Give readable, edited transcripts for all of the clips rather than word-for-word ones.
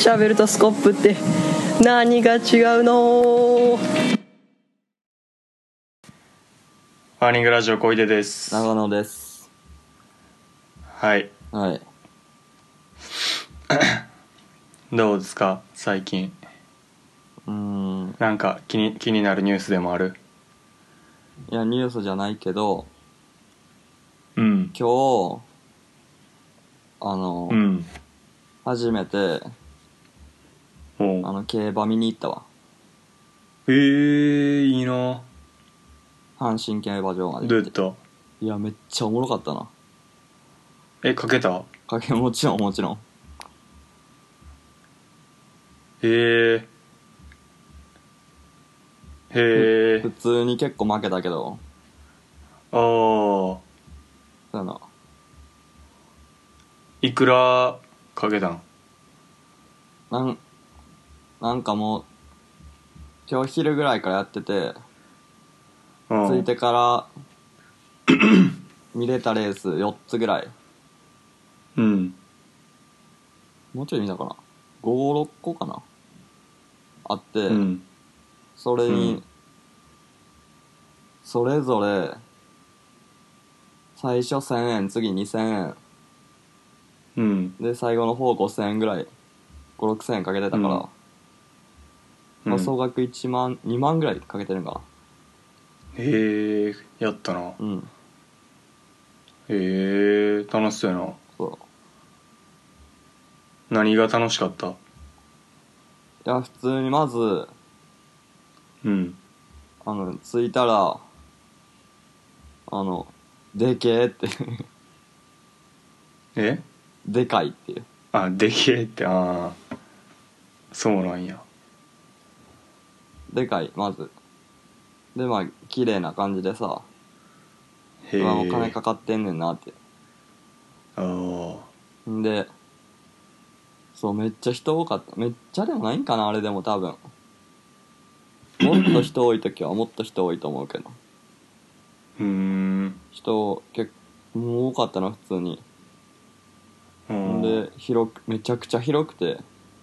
シャベルとスコップって何が違うの？ アーニングラジオ小出です。 長野です。 はいはい。 どうですか最近。なんか気になるニュースでもある？ いやニュースじゃないけど、 今日初めて競馬見に行ったわ。 いいな。 阪神競馬場までどうや行って。 った？ いやめっちゃおもろかったな。 かけた？ もちろん。普通に結構負けたけど。そうやな。 いくらかけたん？ なんかもう今日昼ぐらいからやってて、着いてから見れたレース4つぐらい。もうちょい見たかな。5、6個かなあって、それに、それぞれ最初1000円、次2000円、で最後の方5000円ぐらい、5、6000円かけてたから、総額1万、2万ぐらいかけてるんかな。 やったな。楽しそうやな。 そう。 何が楽しかった？ いや普通にまず着いたらでけえってでかいっていう。 でけえって。そうなんや。 でかい、まず。でまあ綺麗な感じでさ、もう金かかってんねんなって。んでそう、めっちゃ人多かった。めっちゃでもないんかなあれ。でも多分もっと人多い時はもっと人多いと思うけど、人結構もう多かったな普通に。んでめちゃくちゃ広くて、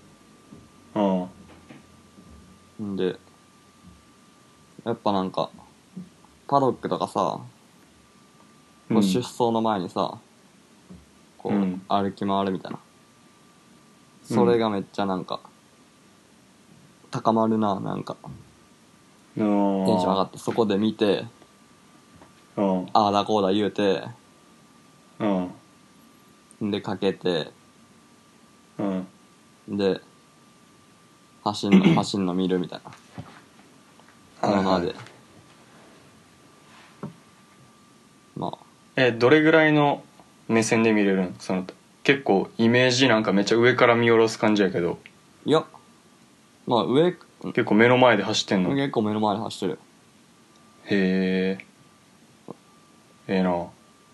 んでやっぱなんかパドックとかさ、こう出走の前にさこう歩き回るみたいな、それがめっちゃなんか高まるな。なんかテンション上がって、そこで見てああだこうだ言うて、でかけて、で走んの見るみたいなので、まあどれぐらいの目線で見れるん？結構イメージなんかめっちゃ上から見下ろす感じやけど。 いやまあ結構目の前で走ってんの？ 結構目の前で走ってる。 ええな。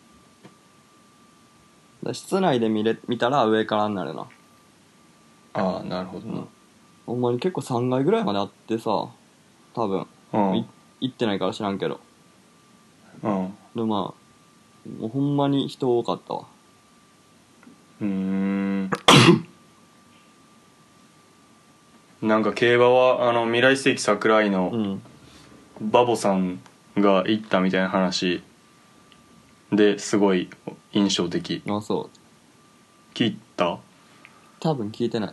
室内で見たら上からになるな。 なるほどな。 ほんまに結構3階ぐらいまであってさ、多分行ってないから知らんけど。でまあもうほんまに人多かったわ。 なんか競馬は未来世紀桜井のバボさんが行ったみたいな話ですごい印象的。 そう聞いた？ 多分聞いてない。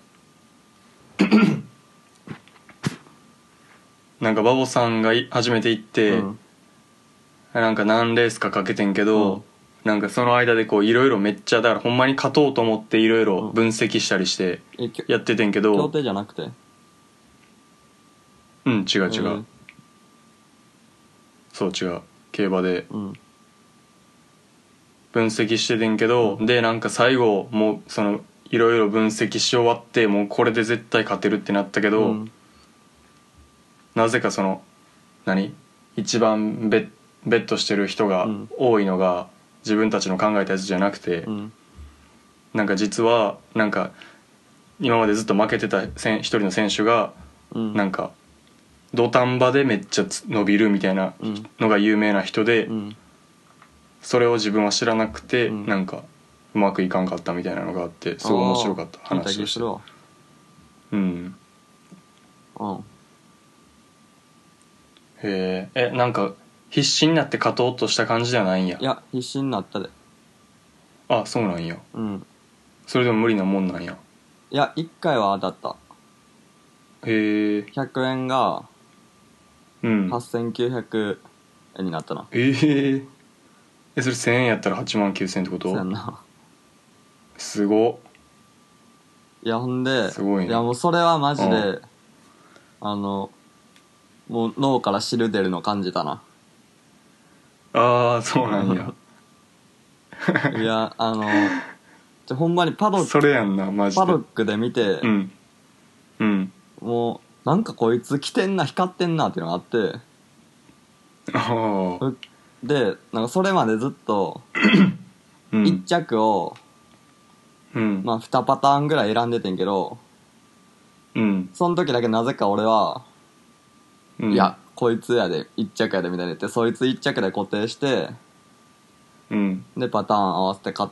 なんかバボさんが初めて行って、なんか何レースかかけてんけど、なんかその間でこういろいろめっちゃ、だからほんまに勝とうと思っていろいろ分析したりしてやっててんけど、 競艇じゃなくて？ 違う、そう違う、競馬で分析しててんけど、でなんか最後もうそのいろいろ分析し終わって、もうこれで絶対勝てるってなったけど、なぜかその一番ベットしてる人が多いのが自分たちの考えたやつじゃなくて、なんか実はなんか今までずっと負けてた一人の選手がなんか土壇場でめっちゃ伸びるみたいなのが有名な人で、それを自分は知らなくてなんかうまくいかんかったみたいなのがあって、すごい面白かった話をして。 うんうんへえなんか必死になって勝とうとした感じではないんや。 いや必死になったで。 あそうなんや。 うん。 それでも無理なもんなんや。 いや1回は当たっへえた。100円がうん 8900円になったな。 それ1000円やったら8万9000円ってこそうやと？ んな。 すごっ。 いやほんで、 すごいねいやもうそれはマジで、 うもう脳から汁出るの感じたな。 ああそうなんやいやほんまにパドそれやんなマジで。 ックで見て、 うんうんもうなんかこいつ来てんな光ってんなっていうのがあって、 ああでなんかそれまでずっとうん 1着を、 うんまあ2パターンぐらい選んでてんけど、 うんその時だけなぜか俺は、 うんいやこいつやで1着やでみたいに言って、そいつ1着で固定して、 うんでパターン合わせて買って、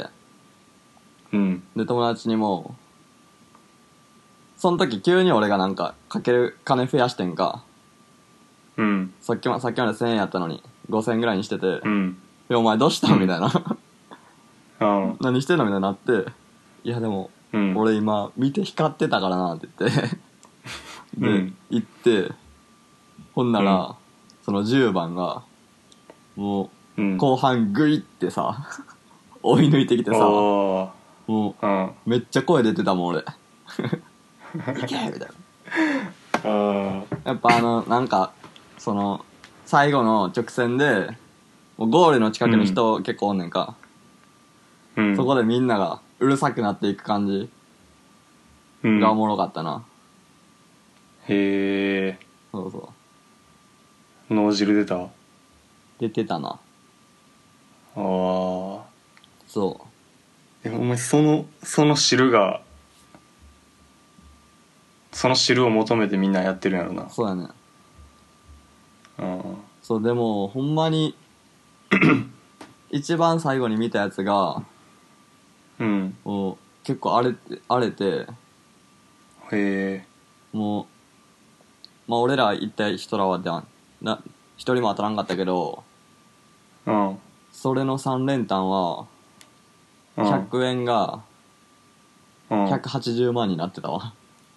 うんで友達にもその時急に俺がなんかかける金増やしてんか、 うんさっきまで1000円やったのに5000円ぐらいにしてて、 うんいやお前どうしたんみたいなああ何してんのみたいになって、いやでも、 うん俺今見て光ってたからなって言ってで、 うん行ってほんなら、 うんその10番がもううん後半グイってさ追い抜いてきてさ、もあうめっちゃ声出てたもん俺いけみたいな。 あやっぱなんかその最後の直線でもうゴールの近くに人結構おんねんか、 うんそこでみんながうるさくなっていく感じうんがおもろかったな。 へえそうそう脳汁出た。あ出てたな。 あそお前その汁がその汁を求めてみんなやってるんやろな。 うそうやねん。 あそうでもほんまに一番最後に見たやつがうんもう結構荒れてへえもうまあ俺ら一体人らは一人も当たらんかったけど、 うんそれの3連単はうん 100円がうん 180万になってたわ。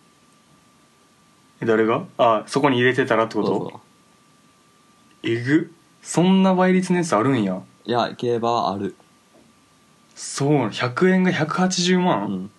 誰がそこに入れてたらってこと？ そうそう。 えぐそんな倍率のやつあるんや。 いや競馬はある。 そう100円が180 う万、 ん。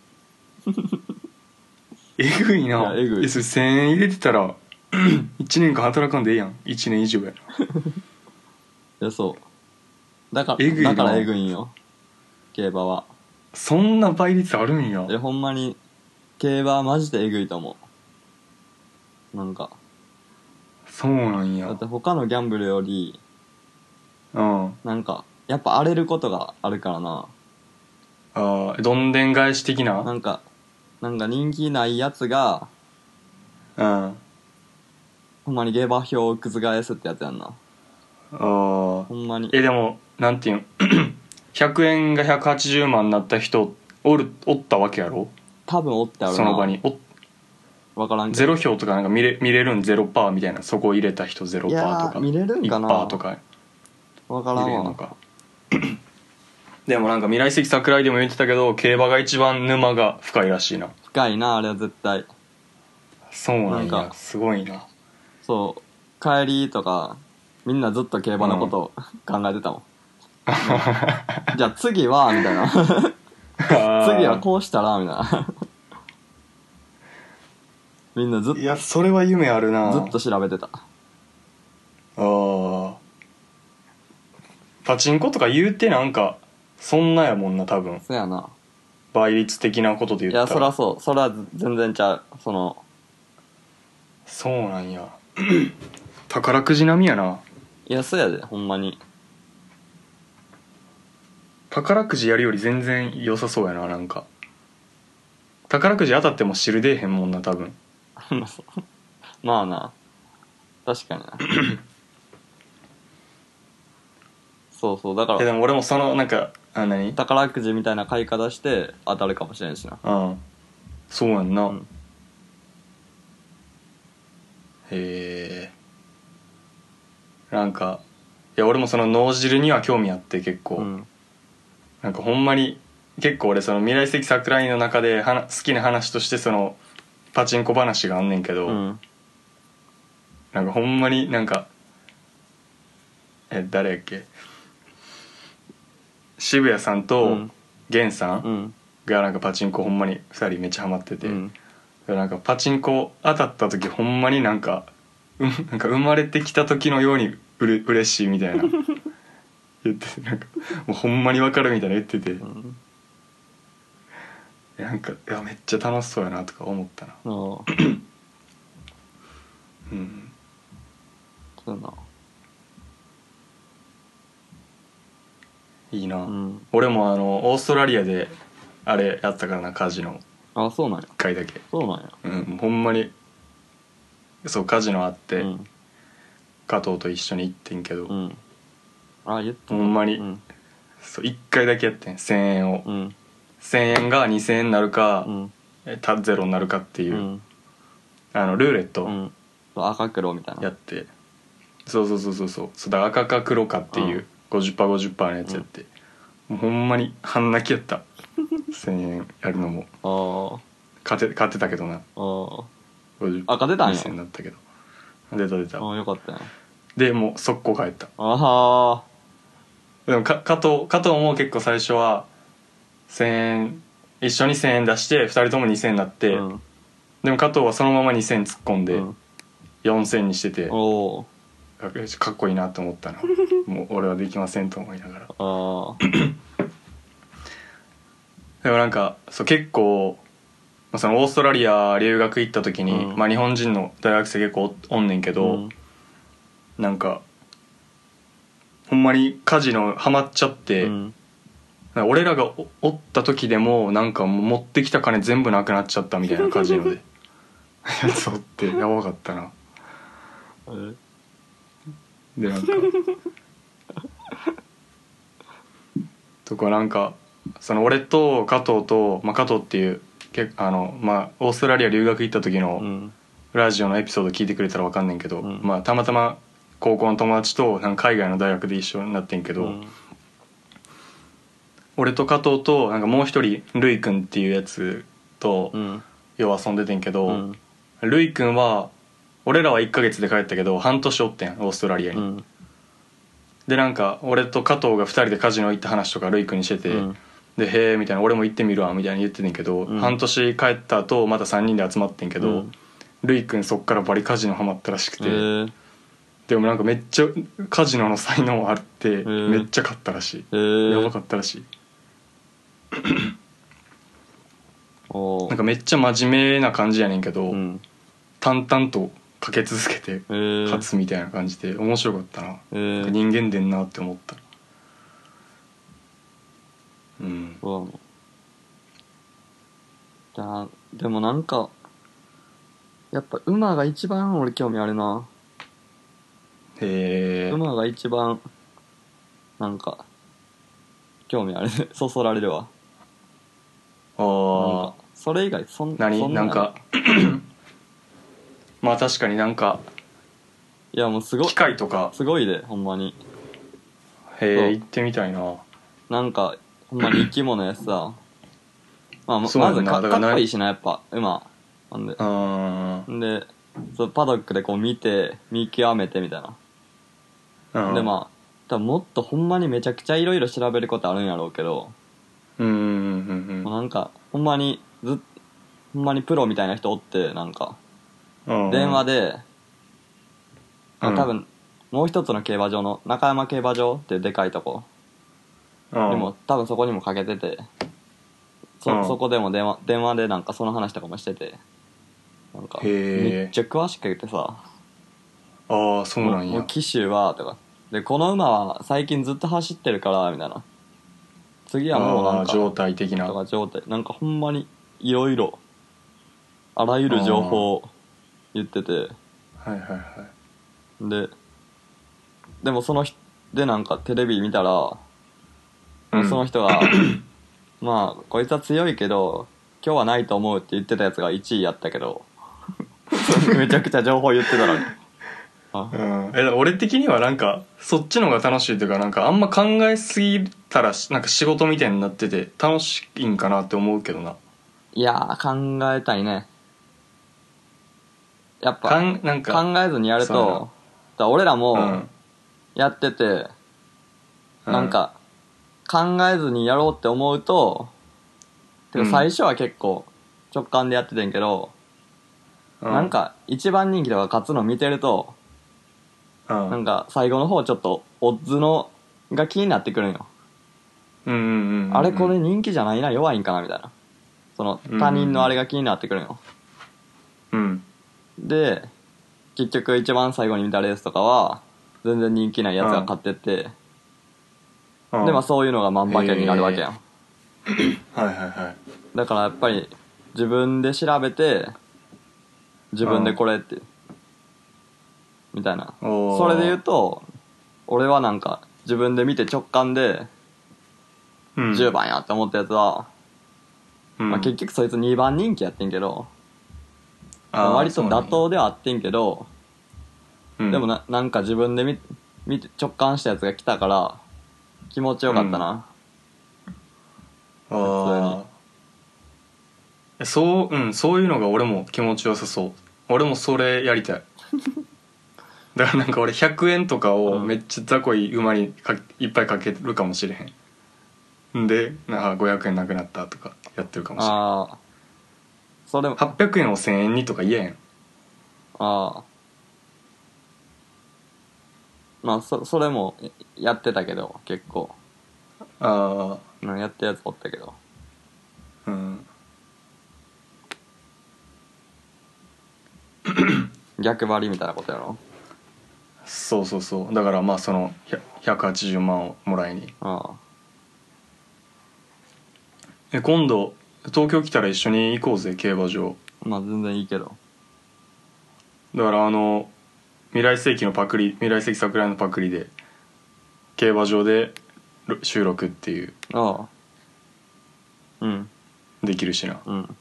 えぐいな。 いやえぐいそれ1000円入れてたら1年間働かんでええやん。1年以上やな。 いやそうだからえぐいなだからえぐいんよ競馬は。 そんな倍率あるんや。 ほんまに競馬はマジでえぐいと思う。なんかそうなんや。 だって他のギャンブルよりうんなんかやっぱ荒れることがあるからな。 どんでん返し的な。 なんか人気ないやつがうんほんまに下馬評を覆すってやつやんな。ほんまに。 でもなんていうん100円が180万になった人おったわけやろ。 多分おってあるな。 その場に分からんけど。 ゼロ票とかなんか見れるん0%みたいな。そこ入れた人0%といやかー見れるんかな。 1%とか分からんわ。 見れるのかでもなんか未来石桜井でも言ってたけど競馬が一番沼が深いらしいな。 深いなあれは絶対。 そうなんや。 なんかすごいな。 そう帰りとかみんなずっと競馬のことを考えてたもん。じゃあ次はみたいな次はこうしたらみたいなみんなずっいやそれは夢あるな。 と調べてた。 パチンコとか言うてなんかそんなやもんな多分。 そやな。 倍率的なことでい言ったら。 やそらそう。それは全然ちゃう。 そうなんや宝くじ並みやな。 いやそうやでほんまに。 宝くじやるより全然良さそうやな。なんか宝くじ当たっても汁出えへんもんな多分。 まあな確かになそうそうだからでも俺もそのなんか何宝くじみたいな買い方して当たるかもしれんしな。 そうやんな、 うんへえ。なんかいや俺もその脳汁には興味あって結構、なんかほんまに結構俺その未来的桜井の中で好きな話としてそのパチンコ話があんねんけど、なんかほんまになんか誰やっけ、渋谷さんと源さんがなんかパチンコほんまに2人めっちゃハマってて、なんかパチンコ当たった時ほんまになんか生まれてきた時のように嬉しいみたいな言ってて、なんかもうほんまに分かるみたいな言ってて、なんかいやめっちゃ楽しそうやなとか思ったな。 そうな。 いいな、俺もオーストラリアであれやったからな、カジノ。 あ、そうなんや。 1回だけ。 そうなんや。 ほんまにそうカジノあって、加藤と一緒に行ってんけど、 あ、言ってた。 ほんまに、そう1回だけやってん、1000円を、1000円が2000円になるか、ゼロになるかっていう、ルーレット、 赤黒みたいなやって、そうだ赤か黒かっていう、50%50% のやつやって、もうほんまに半泣きやった1000円やるのも。勝てたけどな。50% 勝てたんや。 2000円だったけど出た。 よかったよ。 でもう速攻帰った。でも加藤も結構最初は1000円一緒に1000円出して2人とも2000円になって、でも加藤はそのまま2000円突っ込んで4000円にしてて、かっこいいなと思ったなもう俺はできませんと思いながらでもなんかそう結構そのオーストラリア留学行った時に、日本人の大学生結構おんねんけど、なんかほんまにカジノハマっちゃって、俺らがおった時でもなんか持ってきた金全部なくなっちゃったみたいなカジノでやつおってやばかったな。でなんかとかなんかその俺と加藤と、加藤っていうオーストラリア留学行った時のラジオのエピソード聞いてくれたら分かんねんけど、たまたま高校の友達となんか海外の大学で一緒になってんけど、俺と加藤となんかもう一人ルイくんっていうやつとよう遊んでてんけど、ルイくんは俺らは1ヶ月で帰ったけど半年おってんオーストラリアに、でなんか俺と加藤が2人でカジノ行った話とかルイくんにしてて、でへえみたいな俺も行ってみるわみたいな言っててんけど、半年帰った後また3人で集まってんけど、ルイくんそっからバリカジノハマったらしくて、でもなんかめっちゃカジノの才能あってめっちゃ勝ったらしい、やばかったらしいなんかめっちゃ真面目な感じやねんけど、淡々とかけ続けて勝つみたいな感じで面白かったな、人間でんなって思った。 じゃあでもなんかやっぱ馬が一番俺興味あるな。馬が一番なんか興味あるそそられるわ。なんかそれ以外そんななんかまあ確かになんかいやもうすごい機械とかすごいでほんまに。 行ってみたいな。 なんかほんまに生き物やしさまずかっこいいしなやっぱ馬なんでそうパドックでこう見極めてみたいな、で多分もっとほんまにめちゃくちゃいろいろ調べることあるんやろうけど、なんかほんまにプロみたいな人おってなんか電話で、多分もう一つの競馬場の中山競馬場っていうでかいとこでも多分そこにもかけてて、そこでも電話でなんかその話とかもしてて、なんかめっちゃ詳しくてさ、 そうなんや。 もう騎手はとかでこの馬は最近ずっと走ってるからみたいな、次はもうなんか状態的なとか状態なんかほんまにいろいろあらゆる情報を言ってて、でもそのでなんかテレビ見たら、その人がこいつは強いけど今日はないと思うって言ってたやつが1位やったけどめちゃくちゃ情報言ってたのに。 俺的にはなんかそっちの方が楽しいというか、なんかあんま考えすぎたらなんか仕事みたいになってて楽しいんかなって思うけどな。 いやー、考えたいね。やっぱなんか考えずにやると、だから俺らもうんやってて、 うんなんか考えずにやろうって思うと、てか最初は結構直感でやっててんけど、なんか一番人気とか勝つの見てると、なんか最後の方ちょっとオッズのが気になってくるんよ。あれこれ人気じゃないな、弱いんかなみたいな。その他人のあれが気になってくるんよ。で結局一番最後に見たレースとかは全然人気ないやつが勝ってって、でまあそういうのが万馬券になるわけやん。 はいはいはい。 だからやっぱり自分で調べて自分でこれってみたいな。それで言うと俺はなんか自分で見て直感で10番やって思ったやつは、まあ、結局そいつ2番人気やってんけど、割と妥当ではあってんけど、でもなんか自分で見て直感したやつが来たから気持ちよかったな。 ああ、そういうのが俺も気持ちよさそう。俺もそれやりたい。だからなんか俺100円とかをめっちゃ雑魚い馬にいっぱいかけるかもしれへん。でなんか500円なくなったとかやってるかもしれん。 ああ、それも 800円を1000円にとか嫌やん。 ああ、まあそれもやってたけど結構やってるやつおったけど、逆張りみたいなことやろ。 そうそうそう。だからまあその180万をもらいに。今度東京来たら一緒に行こうぜ、競馬場。 まあ全然いいけど。 だから未来世紀未来世紀桜井のパクリで競馬場で収録っていうできるしな。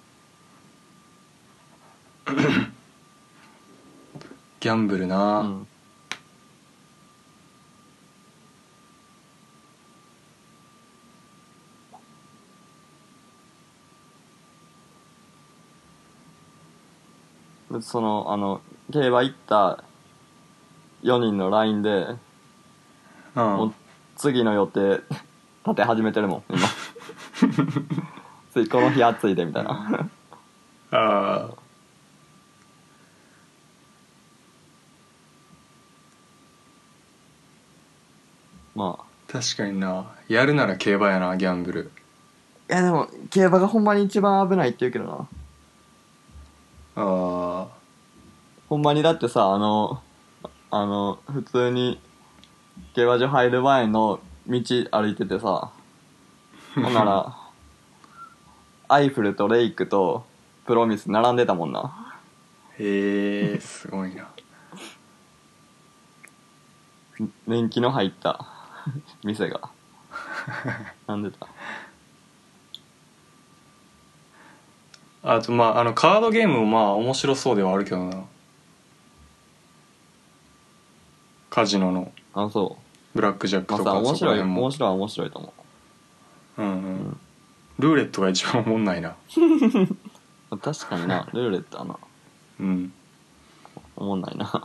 ギャンブルな、 その競馬行った4人の LINE で、もう次の予定立て始めてるもん今。ついこの日暑いでみたいな。まあ確かにな、やるなら競馬やな、ギャンブル。 いやでも競馬がほんまに一番危ないって言うけどな。ほんまにだってさ、普通に競馬場入る前の道歩いててさ、ほんならアイフルとレイクとプロミス並んでたもんな。 へえ、すごいな。 年季の入った店が並んでた。 あとまあカードゲームもまあ面白そうではあるけどな。カジノのそうブラックジャックとか、 まあさ、面白いと思う。ルーレットが一番おもんないな。 確かにな。ルーレットはなおもんないな。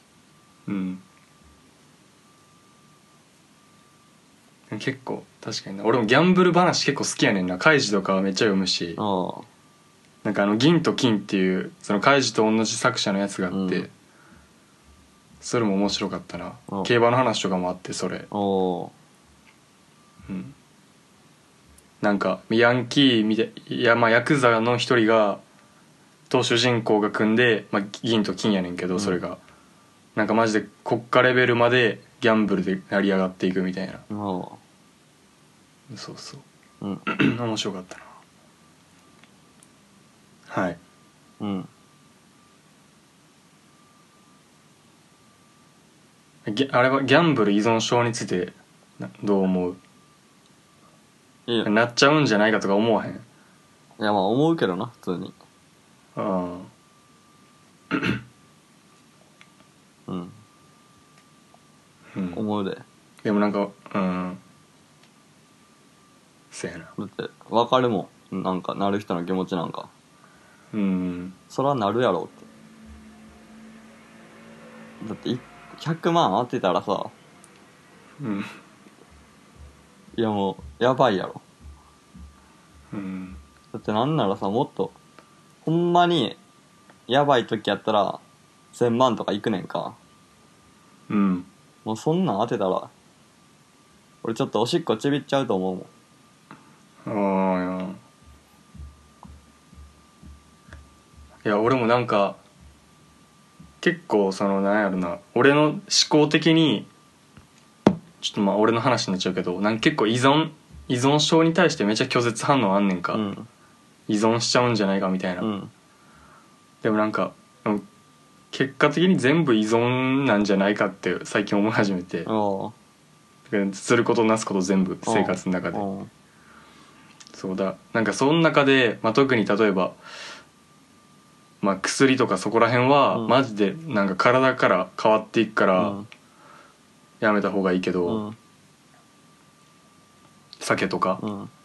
結構確かにな。俺もギャンブル話結構好きやねんな。カイジとかはめっちゃ読むし、なんか銀と金っていうそのカイジと同じ作者のやつがあって、それも面白かったな。競馬の話とかもあって、それなんかヤンキーみたい、いやまあヤクザの一人がと主人公が組んで、まあ、銀と金やねんけど、それがなんかマジで国家レベルまでギャンブルで成り上がっていくみたいな。そうそう、面白かったな。はい。あれはギャンブル依存症についてどう思う？なっちゃうんじゃないかとか思わへん？ いやまあ思うけどな、普通に。 うんうん思うで。 でもなんかそやな。 だって分かるもん、なんかなる人の気持ちなんか。そらなるやろって。だって100万当てたらさ、いやもうやばいやろ。だってなんならさ、もっとほんまにやばい時やったら1000万とかいくねんか。もうそんなん当てたら俺ちょっとおしっこちびっちゃうと思うもん。 いや俺もなんか結構そのなんやろな、俺の思考的にちょっとまあ俺の話になっちゃうけど、なんか結構依存症に対してめっちゃ拒絶反応あんねんか、依存しちゃうんじゃないかみたいな、でもなんか結果的に全部依存なんじゃないかって最近思い始めて、することなすこと全部生活の中で、そうだ、なんかその中で、まあ、特に例えば、まあ、薬とかそこら辺は、マジでなんか体から変わっていくから、やめた方がいいけど、酒とか、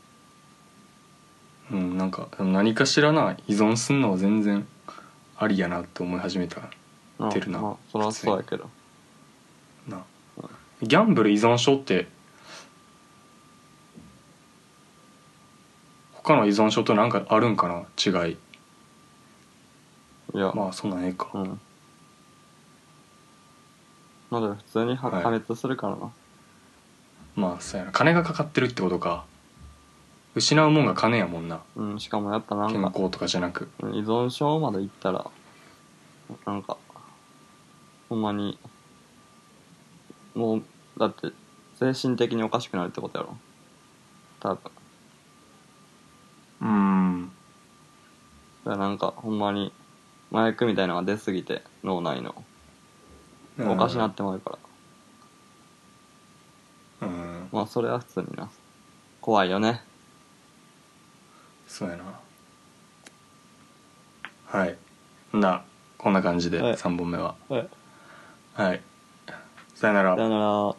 なんか何かしらな依存すんのは全然ありやなって思い始めたてるな。 まあそりゃそうやけどな。ギャンブル依存症って他の依存症となんかあるんかな、違い。 いやまあそんなんええか。 まだ普通に破滅するからな。 まあそうやな、金がかかってるってことか。失うもんが金やもんな。 しかもやっぱなんか健康とかじゃなく、 依存症までいったらなんかほんまにもうだって精神的におかしくなるってことやろ多分。だからなんかほんまに麻薬みたいなのが出すぎて脳内のおかしなってまうから、まあそれは普通にな怖いよね。 そうやな。はい、こんな感じで3本目ははい、さよなら。 さよなら。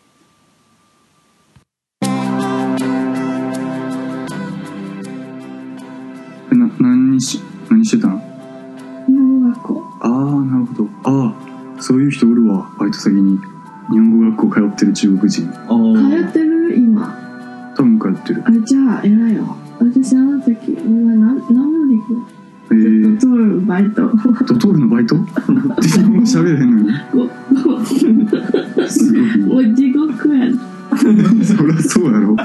何してたの？ 日本語学校。 ああ、なるほど。ああ、そういう人おるわ。バイト先に日本語学校通ってる中国人。 通ってる今。 多分通ってる。 じゃあ偉いよ。私あの時お前何もできない。ドトールバイト。 ドトールのバイト？日本語喋れへんのに。すごい。 もう地獄や。 そりゃそうやろ。